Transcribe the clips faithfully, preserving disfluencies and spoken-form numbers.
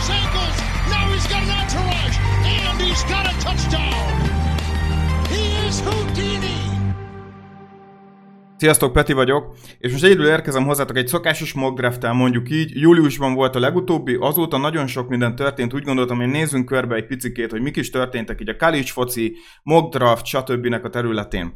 his ankles. Now he's got an entourage. And he's got a touchdown. He is Houdini. Sziasztok, Peti vagyok, és most egyedül érkezem hozzátok egy szokásos mock draft-tel, mondjuk így. Júliusban volt a legutóbbi, azóta nagyon sok minden történt, úgy gondoltam, hogy nézzünk körbe egy picikét, hogy mik is történtek így a college foci, mock draft, stb. A területén.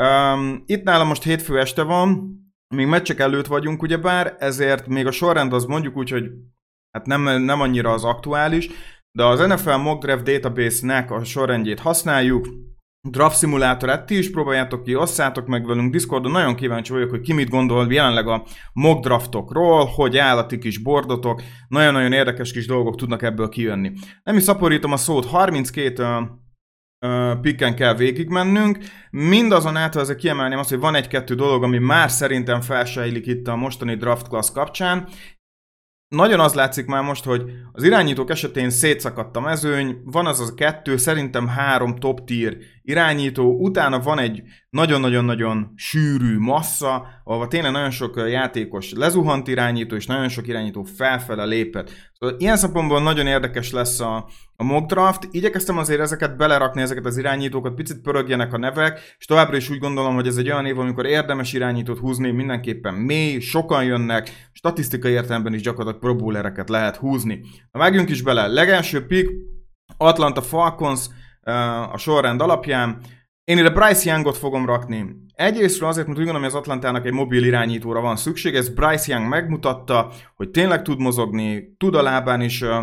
Um, itt nálam most hétfő este van, még meccsek előtt vagyunk ugyebár, ezért még a sorrend az mondjuk úgy, hogy hát nem, nem annyira az aktuális, de az en ef el Mock Draft Database-nek a sorrendjét használjuk. Draft szimulátorát ti is próbáljátok ki, osszátok meg velünk Discordon, nagyon kíváncsi vagyok, hogy ki mit gondol jelenleg a mock draftokról, hogy áll a ti kis bordotok, nagyon-nagyon érdekes kis dolgok tudnak ebből kijönni. Nem is szaporítom a szót, harminckét uh, uh, picken kell végigmennünk, mindazonáltal azért kiemelném azt, hogy van egy-kettő dolog, ami már szerintem felsejlik itt a mostani draft class kapcsán. Nagyon az látszik már most, hogy az irányítók esetén szétszakadt a mezőny, van az az kettő, szerintem három top tier irányító, utána van egy nagyon-nagyon-nagyon sűrű massza, ahol tényleg nagyon sok játékos lezuhant irányító, és nagyon sok irányító felfele lépett. Szóval ilyen szempontból nagyon érdekes lesz a, a mock draft. Igyekeztem azért ezeket belerakni, ezeket az irányítókat, picit pörögjenek a nevek, és továbbra is úgy gondolom, hogy ez egy olyan év, amikor érdemes irányítót húzni, mindenképpen mély, sokan jönnek, statisztikai értelemben is gyakorlatilag pro bowlereket lehet húzni. Na vágjunk is bele, legelső pick, Atlanta Falcons a sorrend alapján. Én ide Bryce Youngot fogom rakni. Egyrésztről azért, mert úgy gondolom, hogy az Atlantának egy mobil irányítóra van szükség, ez Bryce Young megmutatta, hogy tényleg tud mozogni, tud a lábán is uh,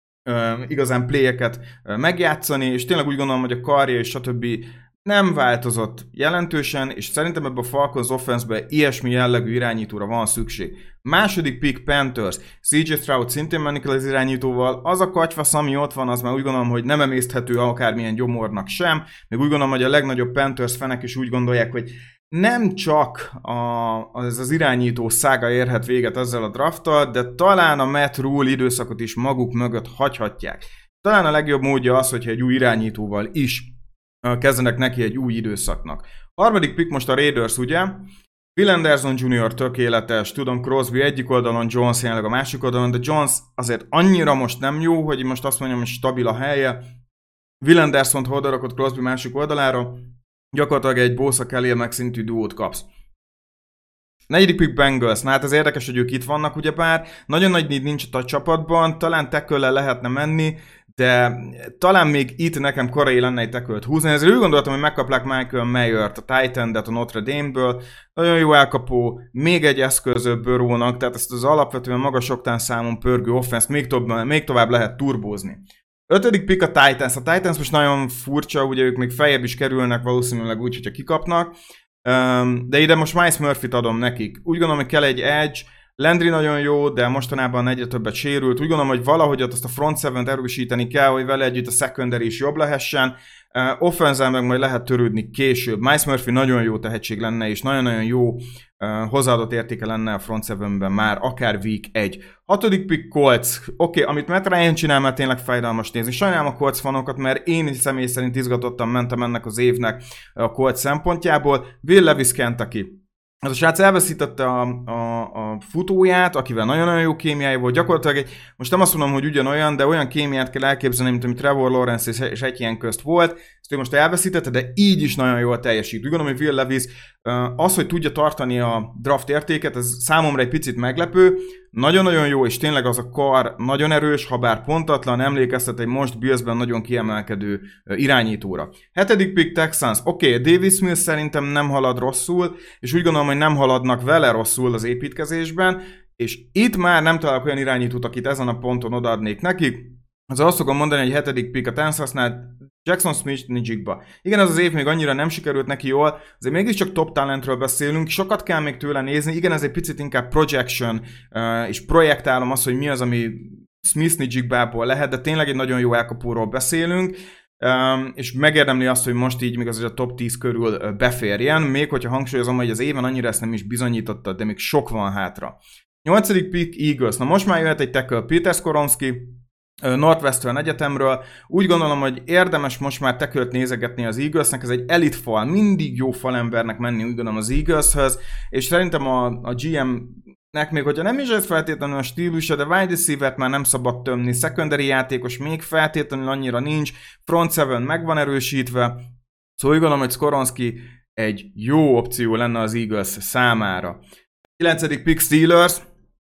uh, igazán playeket uh, megjátszani, és tényleg úgy gondolom, hogy a karja és stb. Nem változott jelentősen, és szerintem ebben a Falcons offense-ben ilyesmi jellegű irányítóra van szükség. Második pick Panthers, cé jé Stroud szintén menni kell az irányítóval, az a katyvasz, ami ott van, az már úgy gondolom, hogy nem emészthető akármilyen gyomornak sem, még úgy gondolom, hogy a legnagyobb Panthers fenek is úgy gondolják, hogy nem csak a, az, az irányító szága érhet véget ezzel a drafttal, de talán a Matt Rule időszakot is maguk mögött hagyhatják. Talán a legjobb módja az, hogyha egy új irányítóval is kezdenek neki egy új időszaknak. Harmadik pick most a Raiders, ugye? Will Anderson junior tökéletes, tudom, Crosby egyik oldalon, Jones jelenleg a másik oldalon, de Jones azért annyira most nem jó, hogy most azt mondjam, hogy stabil a helye. Will Anderson-t oldalrakott Crosby másik oldalára, gyakorlatilag egy Bosa Kelly megszintű duót kapsz. Negyedik pick Bengals, na hát ez érdekes, hogy ők itt vannak ugyebár, nagyon nagy need nincs a csapatban, talán tackle-lel lehetne menni, de talán még itt nekem korai lenne egy tackle-t húzni, ezért úgy gondoltam, hogy megkaplák Michael Mayer-t, a tight endet a Notre Dame-ből, nagyon jó elkapó, még egy eszköz Burrow-nak, tehát ezt az alapvetően magas oktán számon pörgő offense még, tovább, még tovább lehet turbózni. Ötödik pick a Titans, a Titans most nagyon furcsa, ugye ők még feljebb is kerülnek valószínűleg úgy, hogyha kikapnak, de ide most Miles Murphy-t adom nekik. Úgy gondolom, hogy kell egy edge, Landry nagyon jó, de mostanában egyre többet sérült. Úgy gondolom, hogy valahogy ott azt a front seven-t erősíteni kell, hogy vele együtt a secondary is jobb lehessen. Uh, Offense-el meg majd lehet törődni később. Miles Murphy nagyon jó tehetség lenne, és nagyon-nagyon jó uh, hozzáadott értéke lenne a front seven-ben már, akár week egy. Hatodik pick Colts. Oké, okay, amit Matt Ryan csinál, mert tényleg fájdalmas nézni. Sajnálom a Colts fanokat, mert én személy szerint izgatottan mentem ennek az évnek a Colts szempontjából. Will Levis, Kentucky. Az a srác elveszítette a, a, a futóját, akivel nagyon-nagyon jó kémiája volt. Gyakorlatilag egy, most nem azt mondom, hogy ugyanolyan, de olyan kémiát kell elképzelni, mint amit Trevor Lawrence és Etienne közt volt. Ezt ő most elveszítette, de így is nagyon jól teljesít. Úgy gondolom, hogy Will Levis az, hogy tudja tartani a draft értéket, ez számomra egy picit meglepő. Nagyon-nagyon jó, és tényleg az a kar nagyon erős, ha bár pontatlan, emlékeztet egy most Billsben nagyon kiemelkedő irányítóra. Hetedik pick Texans. Oké, okay, Davis Mills szerintem nem halad rosszul, és úgy gondolom, hogy nem haladnak vele rosszul az építkezésben, és itt már nem találok olyan irányítót, akit ezen a ponton odaadnék nekik. Az azt szokom mondani, hogy hetedik pick a Texansnál Jackson Smith-Njigba. Igen, ez az év még annyira nem sikerült neki jól, azért mégiscsak top talentről beszélünk, sokat kell még tőle nézni, igen, ez egy picit inkább projection, uh, és projektálom azt, hogy mi az, ami Smith-Njigbából lehet, de tényleg egy nagyon jó elkapóról beszélünk, um, és megérdemli azt, hogy most így még azért a top tíz körül beférjen, még hogyha hangsúlyozom, hogy az éven annyira ezt nem is bizonyította, de még sok van hátra. Nyolcadik pick Eagles. Na most már jöhet egy tackle, Peter Skoronski, Northwestern Egyetemről. Úgy gondolom, hogy érdemes most már tackle-t nézegetni az Eaglesnek, ez egy elit fal, mindig jó falembernek menni, úgy gondolom az Eagleshöz, és szerintem a, a gé em nek még hogyha nem is ez feltétlenül a stílusa, de wide receiver-t már nem szabad tömni, secondary játékos még feltétlenül annyira nincs, front seven meg van erősítve, szóval úgy gondolom, hogy Skoronski egy jó opció lenne az Eagles számára. kilencedik pick Steelers,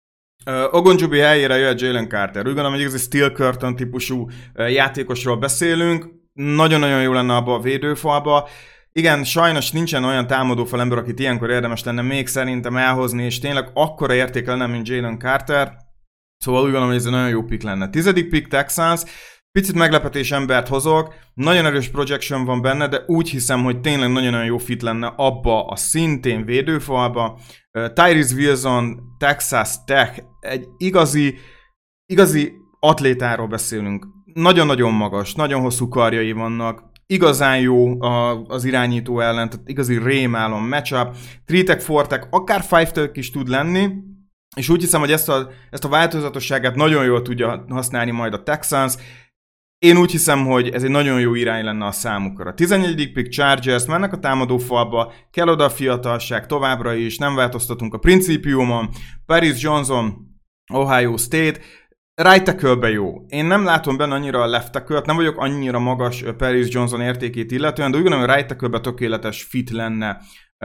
uh, Ogunjobi helyére jöhet Jalen Carter. Úgy gondolom, hogy igazi Steel Curtain típusú uh, játékosról beszélünk, nagyon-nagyon jó lenne abba a védőfalba. Igen, sajnos nincsen olyan támadó falember, akit ilyenkor érdemes lenne még szerintem elhozni, és tényleg akkora érték lenne, mint Jalen Carter. Szóval úgy gondolom, hogy ez egy nagyon jó pick lenne. Tizedik pick Texans, picit meglepetés embert hozok, nagyon erős projection van benne, de úgy hiszem, hogy tényleg nagyon-nagyon jó fit lenne abba a szintén védőfalba. Uh, Tyrese Wilson, Texas Tech, egy igazi, igazi atlétáról beszélünk. Nagyon-nagyon magas, nagyon hosszú karjai vannak, igazán jó az irányító ellen, tehát igazi rémálom matchup, three-tech, four-tech, akár five-tech is tud lenni, és úgy hiszem, hogy ezt a, ezt a változatosságát nagyon jól tudja használni majd a Texans. Én úgy hiszem, hogy ez egy nagyon jó irány lenne a számukra. A tizennegyedik pick Chargers, mennek a támadó falba, kell oda a fiatalság továbbra is, nem változtatunk a principiumon. Paris Johnson, Ohio State, right tackle-be jó. Én nem látom benne annyira a left tackle-t, nem vagyok annyira magas Paris Johnson értékét illetően, de úgy gondolom, hogy right tackle-be tökéletes fit lenne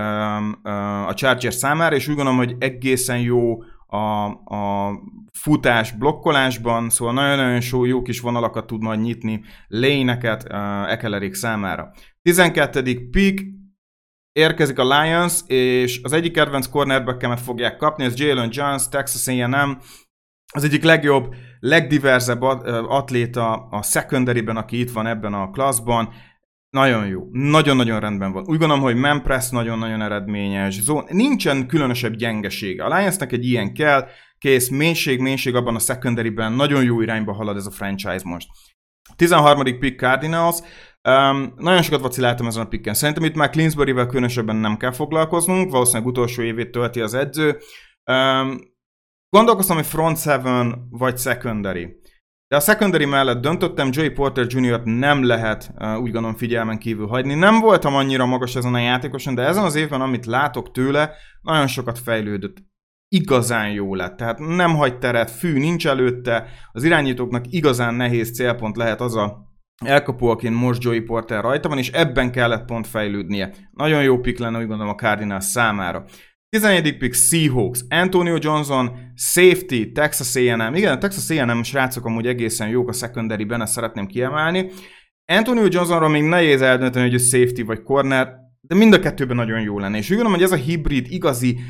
um, uh, a Chargers számára, és úgy gondolom, hogy egészen jó a, a futás blokkolásban, szóval nagyon-nagyon jó kis vonalakat tud majd nyitni lane-eket uh, Ekelerek számára. tizenkettedik pick, érkezik a Lions, és az egyik kedvenc cornerbackemet fogják kapni, ez Jalen Jones, Texas á és em, az egyik legjobb, legdiverzebb atléta a secondary-ben, aki itt van ebben a klasszban. Nagyon jó. Nagyon-nagyon rendben van. Úgy gondolom, hogy man press nagyon-nagyon eredményes. Zone. Nincsen különösebb gyengesége. A Lionsnek egy ilyen kell, kész, mélység, mélység abban a secondary-ben. Nagyon jó irányba halad ez a franchise most. tizenharmadik pick Cardinals. Um, nagyon sokat vaciláltam ezen a picken. Szerintem itt már Clinsbury-vel különösebben nem kell foglalkoznunk. Valószínűleg utolsó évét tölti az edző. Um, Gondolkoztam, hogy front seven vagy secondary. De a secondary mellett döntöttem, Joey Porter junior nem lehet uh, úgy gondolom figyelmen kívül hagyni. Nem voltam annyira magas ezen a játékoson, de ezen az évben, amit látok tőle, nagyon sokat fejlődött. Igazán jó lett. Tehát nem hagy teret, fű nincs előtte. Az irányítóknak igazán nehéz célpont lehet az a elkapó, akin most Joey Porter rajta van, és ebben kellett pont fejlődnie. Nagyon jó pick lenne, úgy gondolom, a Cardinals számára. tizenegyedik pick Seahawks, Antonio Johnson, safety, Texas á és em. Igen, a Texas á és em srácok amúgy egészen jók a secondary-ben, ezt szeretném kiemelni. Antonio Johnsonról még nehéz eldönteni, hogy ő safety vagy corner, de mind a kettőben nagyon jó lenne. És úgy gondolom, hogy ez a hibrid, igazi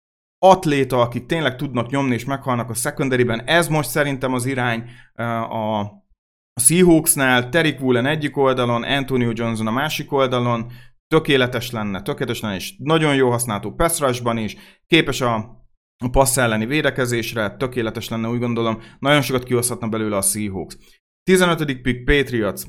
atléta, akik tényleg tudnak nyomni és meghalnak a secondary-ben, ez most szerintem az irány a, a Seahawksnál, Tariq Woolen egyik oldalon, Antonio Johnson a másik oldalon, tökéletes lenne, tökéletes lenne, és nagyon jó használható pass rushban is, képes a, a passz elleni védekezésre, tökéletes lenne, úgy gondolom, nagyon sokat kihozhatna belőle a Seahawks. tizenötödik pick Patriots.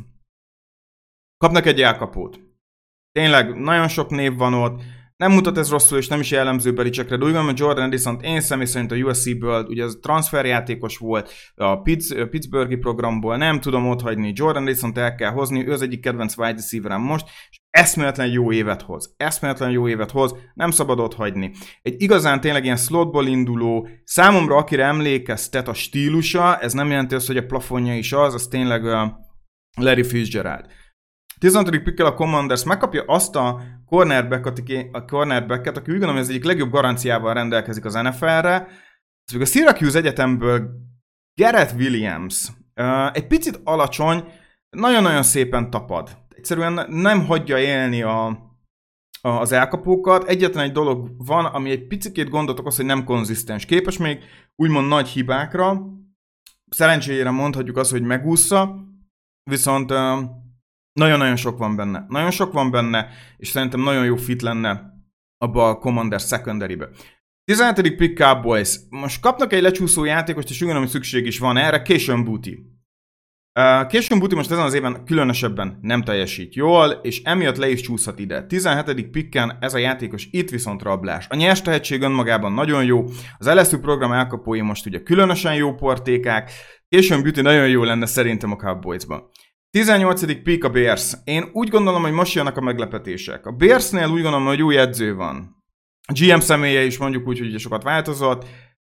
Kapnak egy elkapót. Tényleg, nagyon sok név van ott, nem mutat ez rosszul, és nem is jellemző Belicsekre, de úgy gondolom, hogy Jordan Addison én személy szerint a u es cé-ből, ugye ez transferjátékos volt, a Pittsburghi programból, nem tudom otthagyni, Jordan Addison-t el kell hozni, ő az egyik kedvenc wide receiverem most, és eszméletlen jó évet hoz. Eszméletlen jó évet hoz, nem szabad otthagyni. Egy igazán tényleg ilyen slotból induló, számomra akire emlékeztet a stílusa, ez nem jelenti azt, hogy a plafonja is az, az tényleg a Larry Fitzgerald. tizenhatodik pickkel a Commanders megkapja azt a cornerbacket, a cornerbacket, aki úgy gondolom, hogy az egyik legjobb garanciával rendelkezik az en ef el-re. Ez a Syracuse Egyetemből Garrett Williams. Egy picit alacsony, nagyon-nagyon szépen tapad. Egyszerűen nem hagyja élni a, a, az elkapókat. Egyetlen egy dolog van, ami egy picikét gondot okoz, hogy nem konzisztens. Képes még úgymond nagy hibákra. Szerencsére mondhatjuk azt, hogy megúszza, viszont nagyon-nagyon sok van benne. Nagyon sok van benne, és szerintem nagyon jó fit lenne abba a Commanders secondary-be. tizenhetedik pick Cowboys. Most kapnak egy lecsúszó játékost, és úgy gondolom, hogy szükség is van erre, Kayshon Boutte. Uh, Kayshon Boutte most ezen az éven különösebben nem teljesít jól, és emiatt le is csúszhat ide. tizenhetedik picken ez a játékos itt viszont rablás. A nyers tehetség önmagában nagyon jó, az el es u program elkapói most ugye különösen jó portékák, Kayshon Boutte nagyon jó lenne szerintem a Cowboysban. tizennyolcadik pick a Bears. Én úgy gondolom, hogy most jönnek a meglepetések. A Bearsnél úgy gondolom, hogy új edző van. A gé em személye is mondjuk úgy, hogy sokat változott.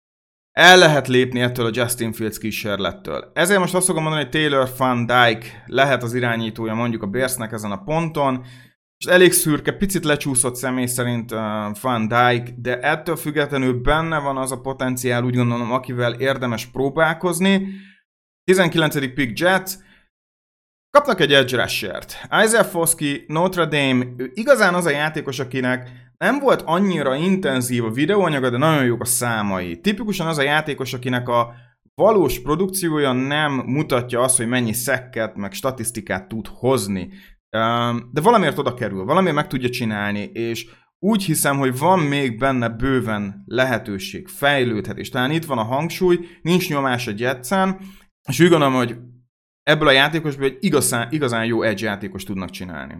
el lehet lépni ettől a Justin Fields kísérlettől. Ezért most azt fogom mondani, hogy Taylor Van Dyke lehet az irányítója mondjuk a Bearsnek ezen a ponton, és elég szürke, picit lecsúszott személy szerint uh, Van Dyke, de ettől függetlenül benne van az a potenciál, úgy gondolom, akivel érdemes próbálkozni. tizenkilencedik pick Jets, kapnak egy edge rushert. Isaiah Foskey, Notre Dame, ő igazán az a játékos, akinek nem volt annyira intenzív a videóanyaga, de nagyon jók a számai. Tipikusan az a játékos, akinek a valós produkciója nem mutatja azt, hogy mennyi szekket, meg statisztikát tud hozni. De valamiért oda kerül, valamiért meg tudja csinálni, és úgy hiszem, hogy van még benne bőven lehetőség, fejlődhet, és talán itt van a hangsúly, nincs nyomás a Jetsen, és úgy gondolom, hogy ebből a játékosból egy igazán, igazán jó edge játékos tudnak csinálni.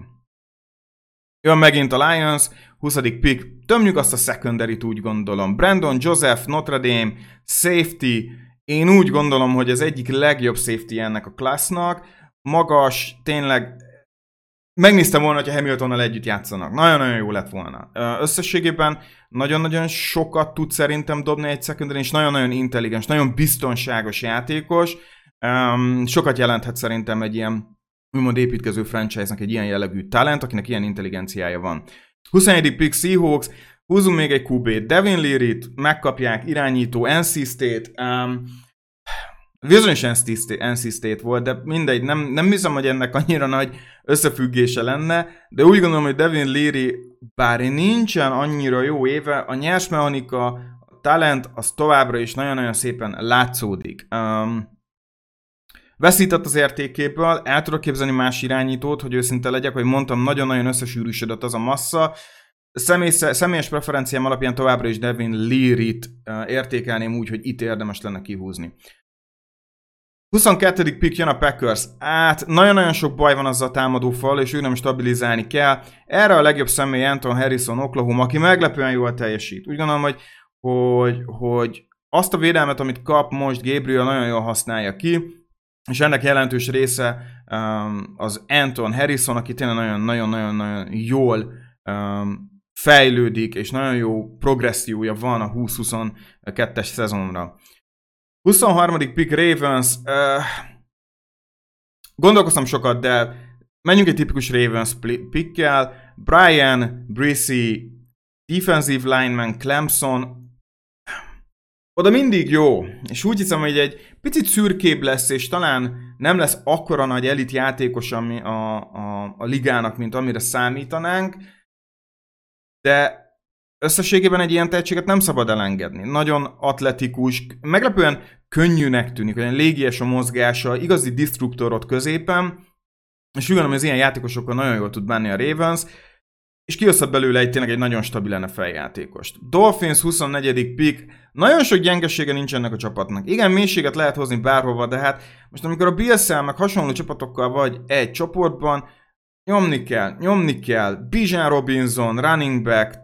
Jön megint a Lions, huszadik pick, tömjük azt a secondary-t, úgy gondolom. Brandon Joseph, Notre Dame, safety, én úgy gondolom, hogy az egyik legjobb safety ennek a classnak, magas, tényleg megnéztem volna, hogyha Hamiltonnal együtt játszanak. Nagyon-nagyon jó lett volna. Összességében nagyon-nagyon sokat tud szerintem dobni egy secondary, és nagyon-nagyon intelligens, nagyon biztonságos játékos. Um, sokat jelenthet szerintem egy ilyen úgymond építkező franchise-nak egy ilyen jellegű talent, akinek ilyen intelligenciája van. huszonegyedik pick Seahawks, húzunk még egy kú bét, Devin Leary-t megkapják, irányító, en cé State, um, bizonyos en cé State volt, de mindegy, nem, nem hiszem, hogy ennek annyira nagy összefüggése lenne, de úgy gondolom, hogy Devin Leary, bár nincsen annyira jó éve, a nyersmechanika, a talent, az továbbra is nagyon-nagyon szépen látszódik. Um, Veszített az értékéből, el tudok képzelni más irányítót, hogy őszinte legyek, hogy mondtam, nagyon-nagyon összesűrűsödött az a massza. Személy, személyes preferenciám alapján továbbra is Devin Leary-t uh, értékelném úgy, hogy itt érdemes lenne kihúzni. huszonkettő pick jön a Packers. Hát nagyon-nagyon sok baj van azzal a támadófal, és ő nem stabilizálni kell. Erre a legjobb személy Anton Harrison, Oklahoma, aki meglepően jól teljesít. Úgy gondolom, hogy, hogy, hogy azt a védelmet, amit kap most Gabriel, nagyon jól használja ki, és ennek jelentős része um, az Anton Harrison, aki tényleg nagyon-nagyon-nagyon jól um, fejlődik, és nagyon jó progressziója van a húsz huszonkettes szezonra. huszonharmadik pick Ravens. Uh, gondolkoztam sokat, de menjünk egy tipikus Ravens pickkel. Brian Bresee, defensive lineman Clemson. Oda mindig jó, és úgy hiszem, hogy egy picit szürkébb lesz, és talán nem lesz akkora nagy elit játékos ami a, a, a ligának, mint amire számítanánk, de összességében egy ilyen tehetséget nem szabad elengedni. Nagyon atletikus, meglepően könnyűnek tűnik, olyan légies a mozgása, igazi destruktorot középen, és úgy gondolom, hogy az ilyen játékosokkal nagyon jól tud bánni a Ravens, és kihozhat belőle egy tényleg egy nagyon stabil en ef el játékost. Dolphins huszonnegyedik pick, nagyon sok gyengesége nincs ennek a csapatnak. Igen, mélységet lehet hozni bárhova, de hát most amikor a Bills-szel meg hasonló csapatokkal vagy egy csoportban, nyomni kell, nyomni kell. Bijan Robinson, running back,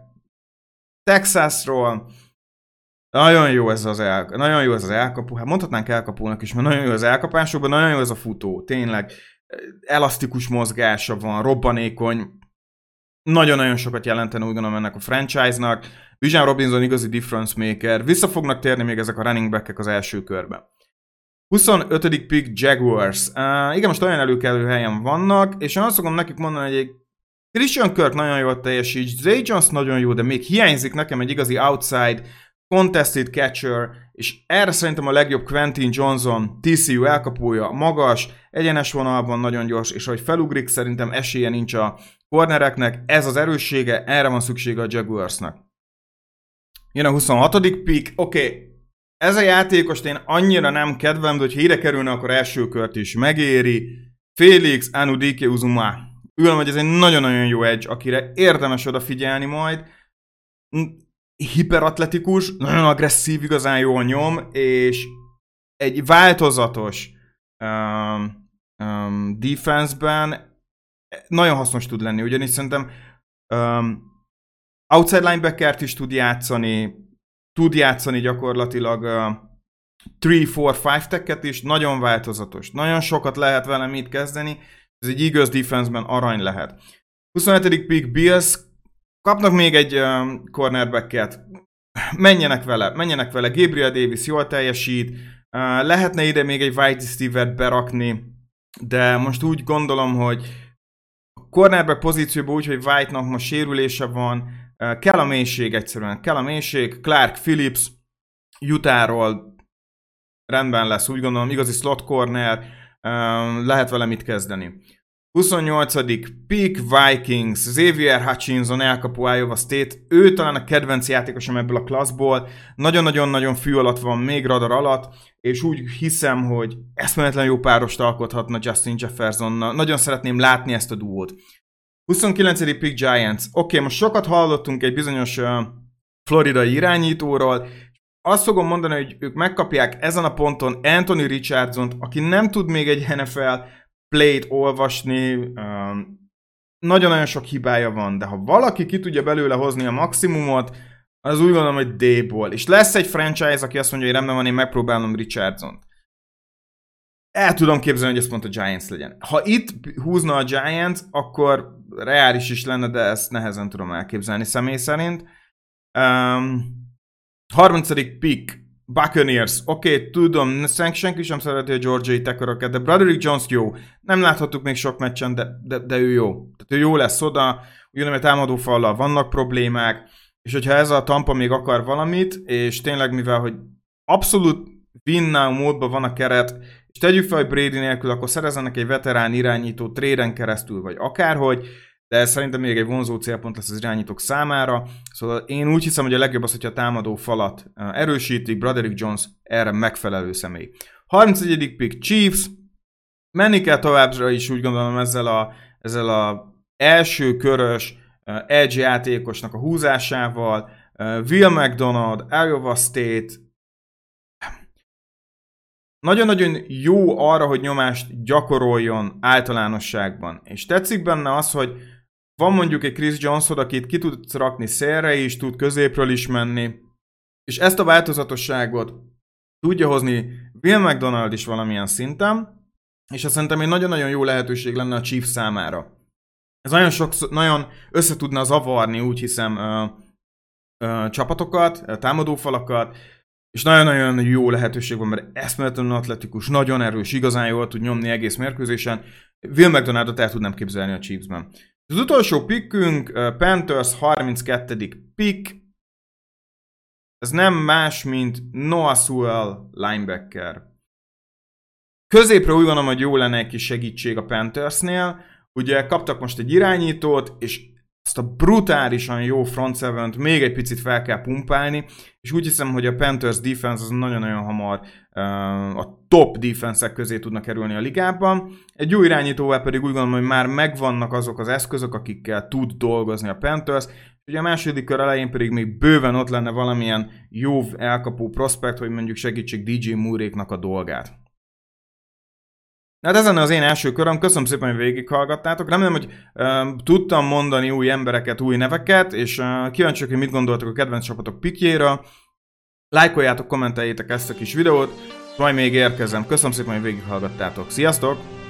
Texasról, nagyon jó ez az, el, nagyon jó ez az elkapó, hát mondhatnánk elkapónak is, mert nagyon jó az elkapásokban, nagyon jó ez a futó, tényleg elasztikus mozgása van, robbanékony, nagyon-nagyon sokat jelentene úgy gondolom ennek a franchise-nak. Bijan Robinson igazi difference maker. Vissza fognak térni még ezek a running back-ek az első körbe. huszonötödik pick Jaguars. Uh, igen, most olyan előkelő helyen vannak, és én azt fogom nekik mondani, hogy egy Christian Kirk nagyon jól teljesít, Zay Jones nagyon jó, de még hiányzik nekem egy igazi outside contested catcher, és erre szerintem a legjobb Quentin Johnson, té cé u elkapója, magas, egyenes vonalban nagyon gyors, és ahogy felugrik, szerintem esélye nincs a cornereknek, ez az erőssége, erre van szüksége a Jaguarsnak. Jön a huszonhatodik pick, oké, okay. Ez a játékost én annyira nem kedvem, de hogyha ide kerülne, akkor első kört is megéri. Félix Anudike-Uzomah. Ülöm, hogy ez egy nagyon-nagyon jó edge, akire érdemes odafigyelni majd. Hiperatletikus, nagyon agresszív, igazán jól nyom, és egy változatos um, um, defense-ben nagyon hasznos tud lenni, ugyanis szerintem um, outside linebackert is tud játszani, tud játszani gyakorlatilag uh, három, négy, öt tech-et is, nagyon változatos, nagyon sokat lehet vele mit kezdeni, ez egy igaz defense-ben arany lehet. huszonhetedik pick Bills, kapnak még egy um, cornerbacket. menjenek vele, menjenek vele. Gabriel Davis jól teljesít, uh, lehetne ide még egy Whitey Stewart berakni, de most úgy gondolom, hogy a cornerback pozícióban úgy, hogy White-nak most sérülése van, uh, kell a mélység egyszerűen, kell a mélység. Clark Phillips Utahról rendben lesz, úgy gondolom, igazi slot corner, uh, lehet vele mit kezdeni. huszonnyolcadik pick Vikings, Xavier Hutchinson elkapó Iowa State, ő talán a kedvenc játékosom ebből a klasszból, nagyon-nagyon-nagyon fű alatt van, még radar alatt, és úgy hiszem, hogy eszméletlen jó párost alkothatna Justin Jeffersonnal, nagyon szeretném látni ezt a duót. huszonkilencedik pick Giants, oké, okay, most sokat hallottunk egy bizonyos uh, floridai irányítóról, azt fogom mondani, hogy ők megkapják ezen a ponton Anthony Richardsont, aki nem tud még egy en ef el play-t olvasni, um, nagyon-nagyon sok hibája van, de ha valaki ki tudja belőle hozni a maximumot, az úgy gondolom, hogy D-ból. És lesz egy franchise, aki azt mondja, hogy rendben van, én megpróbálom Richardsont. El tudom képzelni, hogy ezt pont a Giants legyen. Ha itt húzna a Giants, akkor reális is lenne, de ezt nehezen tudom elképzelni személy szerint. Um, harmincadik pick Buccaneers, oké, okay, tudom, senki sem szereti a Georgia-i Tackeröket, de Broderick Jones jó. Nem láthattuk még sok meccsen, de, de, de ő jó. Tehát ő jó lesz oda, ugyanúgy a támadófallal vannak problémák, és hogyha ez a Tampa még akar valamit, és tényleg mivel, hogy abszolút win now módban van a keret, és tegyük fel, hogy Brady nélkül, akkor szerezzenek egy veterán irányító tréden keresztül, vagy akárhogy, de ez szerintem még egy vonzó célpont lesz az irányítók számára. Szóval én úgy hiszem, hogy a legjobb az, hogyha a támadó falat erősítik, Broderick Jones erre megfelelő személy. harmincegyedik pick Chiefs, menni kell továbbra is, úgy gondolom, ezzel a, ezzel a első körös edge játékosnak a húzásával, Will McDonald, Iowa State, nagyon-nagyon jó arra, hogy nyomást gyakoroljon általánosságban. És tetszik benne az, hogy van mondjuk egy Chris Johnson, akit ki tudsz rakni szélre is, tud középről is menni, és ezt a változatosságot tudja hozni Will McDonald is valamilyen szinten, és azt szerintem egy nagyon-nagyon jó lehetőség lenne a Chiefs számára. Ez nagyon, sokszor, nagyon össze tudna zavarni, úgy hiszem, ö, ö, csapatokat, támadófalakat, és nagyon-nagyon jó lehetőség van, mert eszméletlenül atletikus, nagyon erős, igazán jól tud nyomni egész mérkőzésen. Will McDonaldot el tudnám képzelni a Chiefsben. Az utolsó pickünk, Panthers harminckettedik pick. Ez nem más, mint Noah Sewell linebacker. Középre úgy gondolom, hogy jó lenne egy kis segítség a Panthersnél. Ugye kaptak most egy irányítót, és azt a brutálisan jó front seven-t még egy picit fel kell pumpálni, és úgy hiszem, hogy a Panthers defense az nagyon-nagyon hamar uh, a top defense-ek közé tudnak kerülni a ligában. Egy jó irányítóval pedig úgy gondolom, hogy már megvannak azok az eszközök, akikkel tud dolgozni a Panthers. Ugye a második kör elején pedig még bőven ott lenne valamilyen jó elkapó prospekt, hogy mondjuk segítség dé jé Mooréknak a dolgát. Hát ez lenne az én első köröm, köszönöm szépen, hogy végighallgattátok. Remélem, hogy uh, tudtam mondani új embereket, új neveket, és uh, kíváncsiak, hogy mit gondoltok a kedvenc csapatok pikjéről. Lájkoljátok, kommenteljétek ezt a kis videót, majd még érkezem. Köszönöm szépen, hogy végighallgattátok. Sziasztok!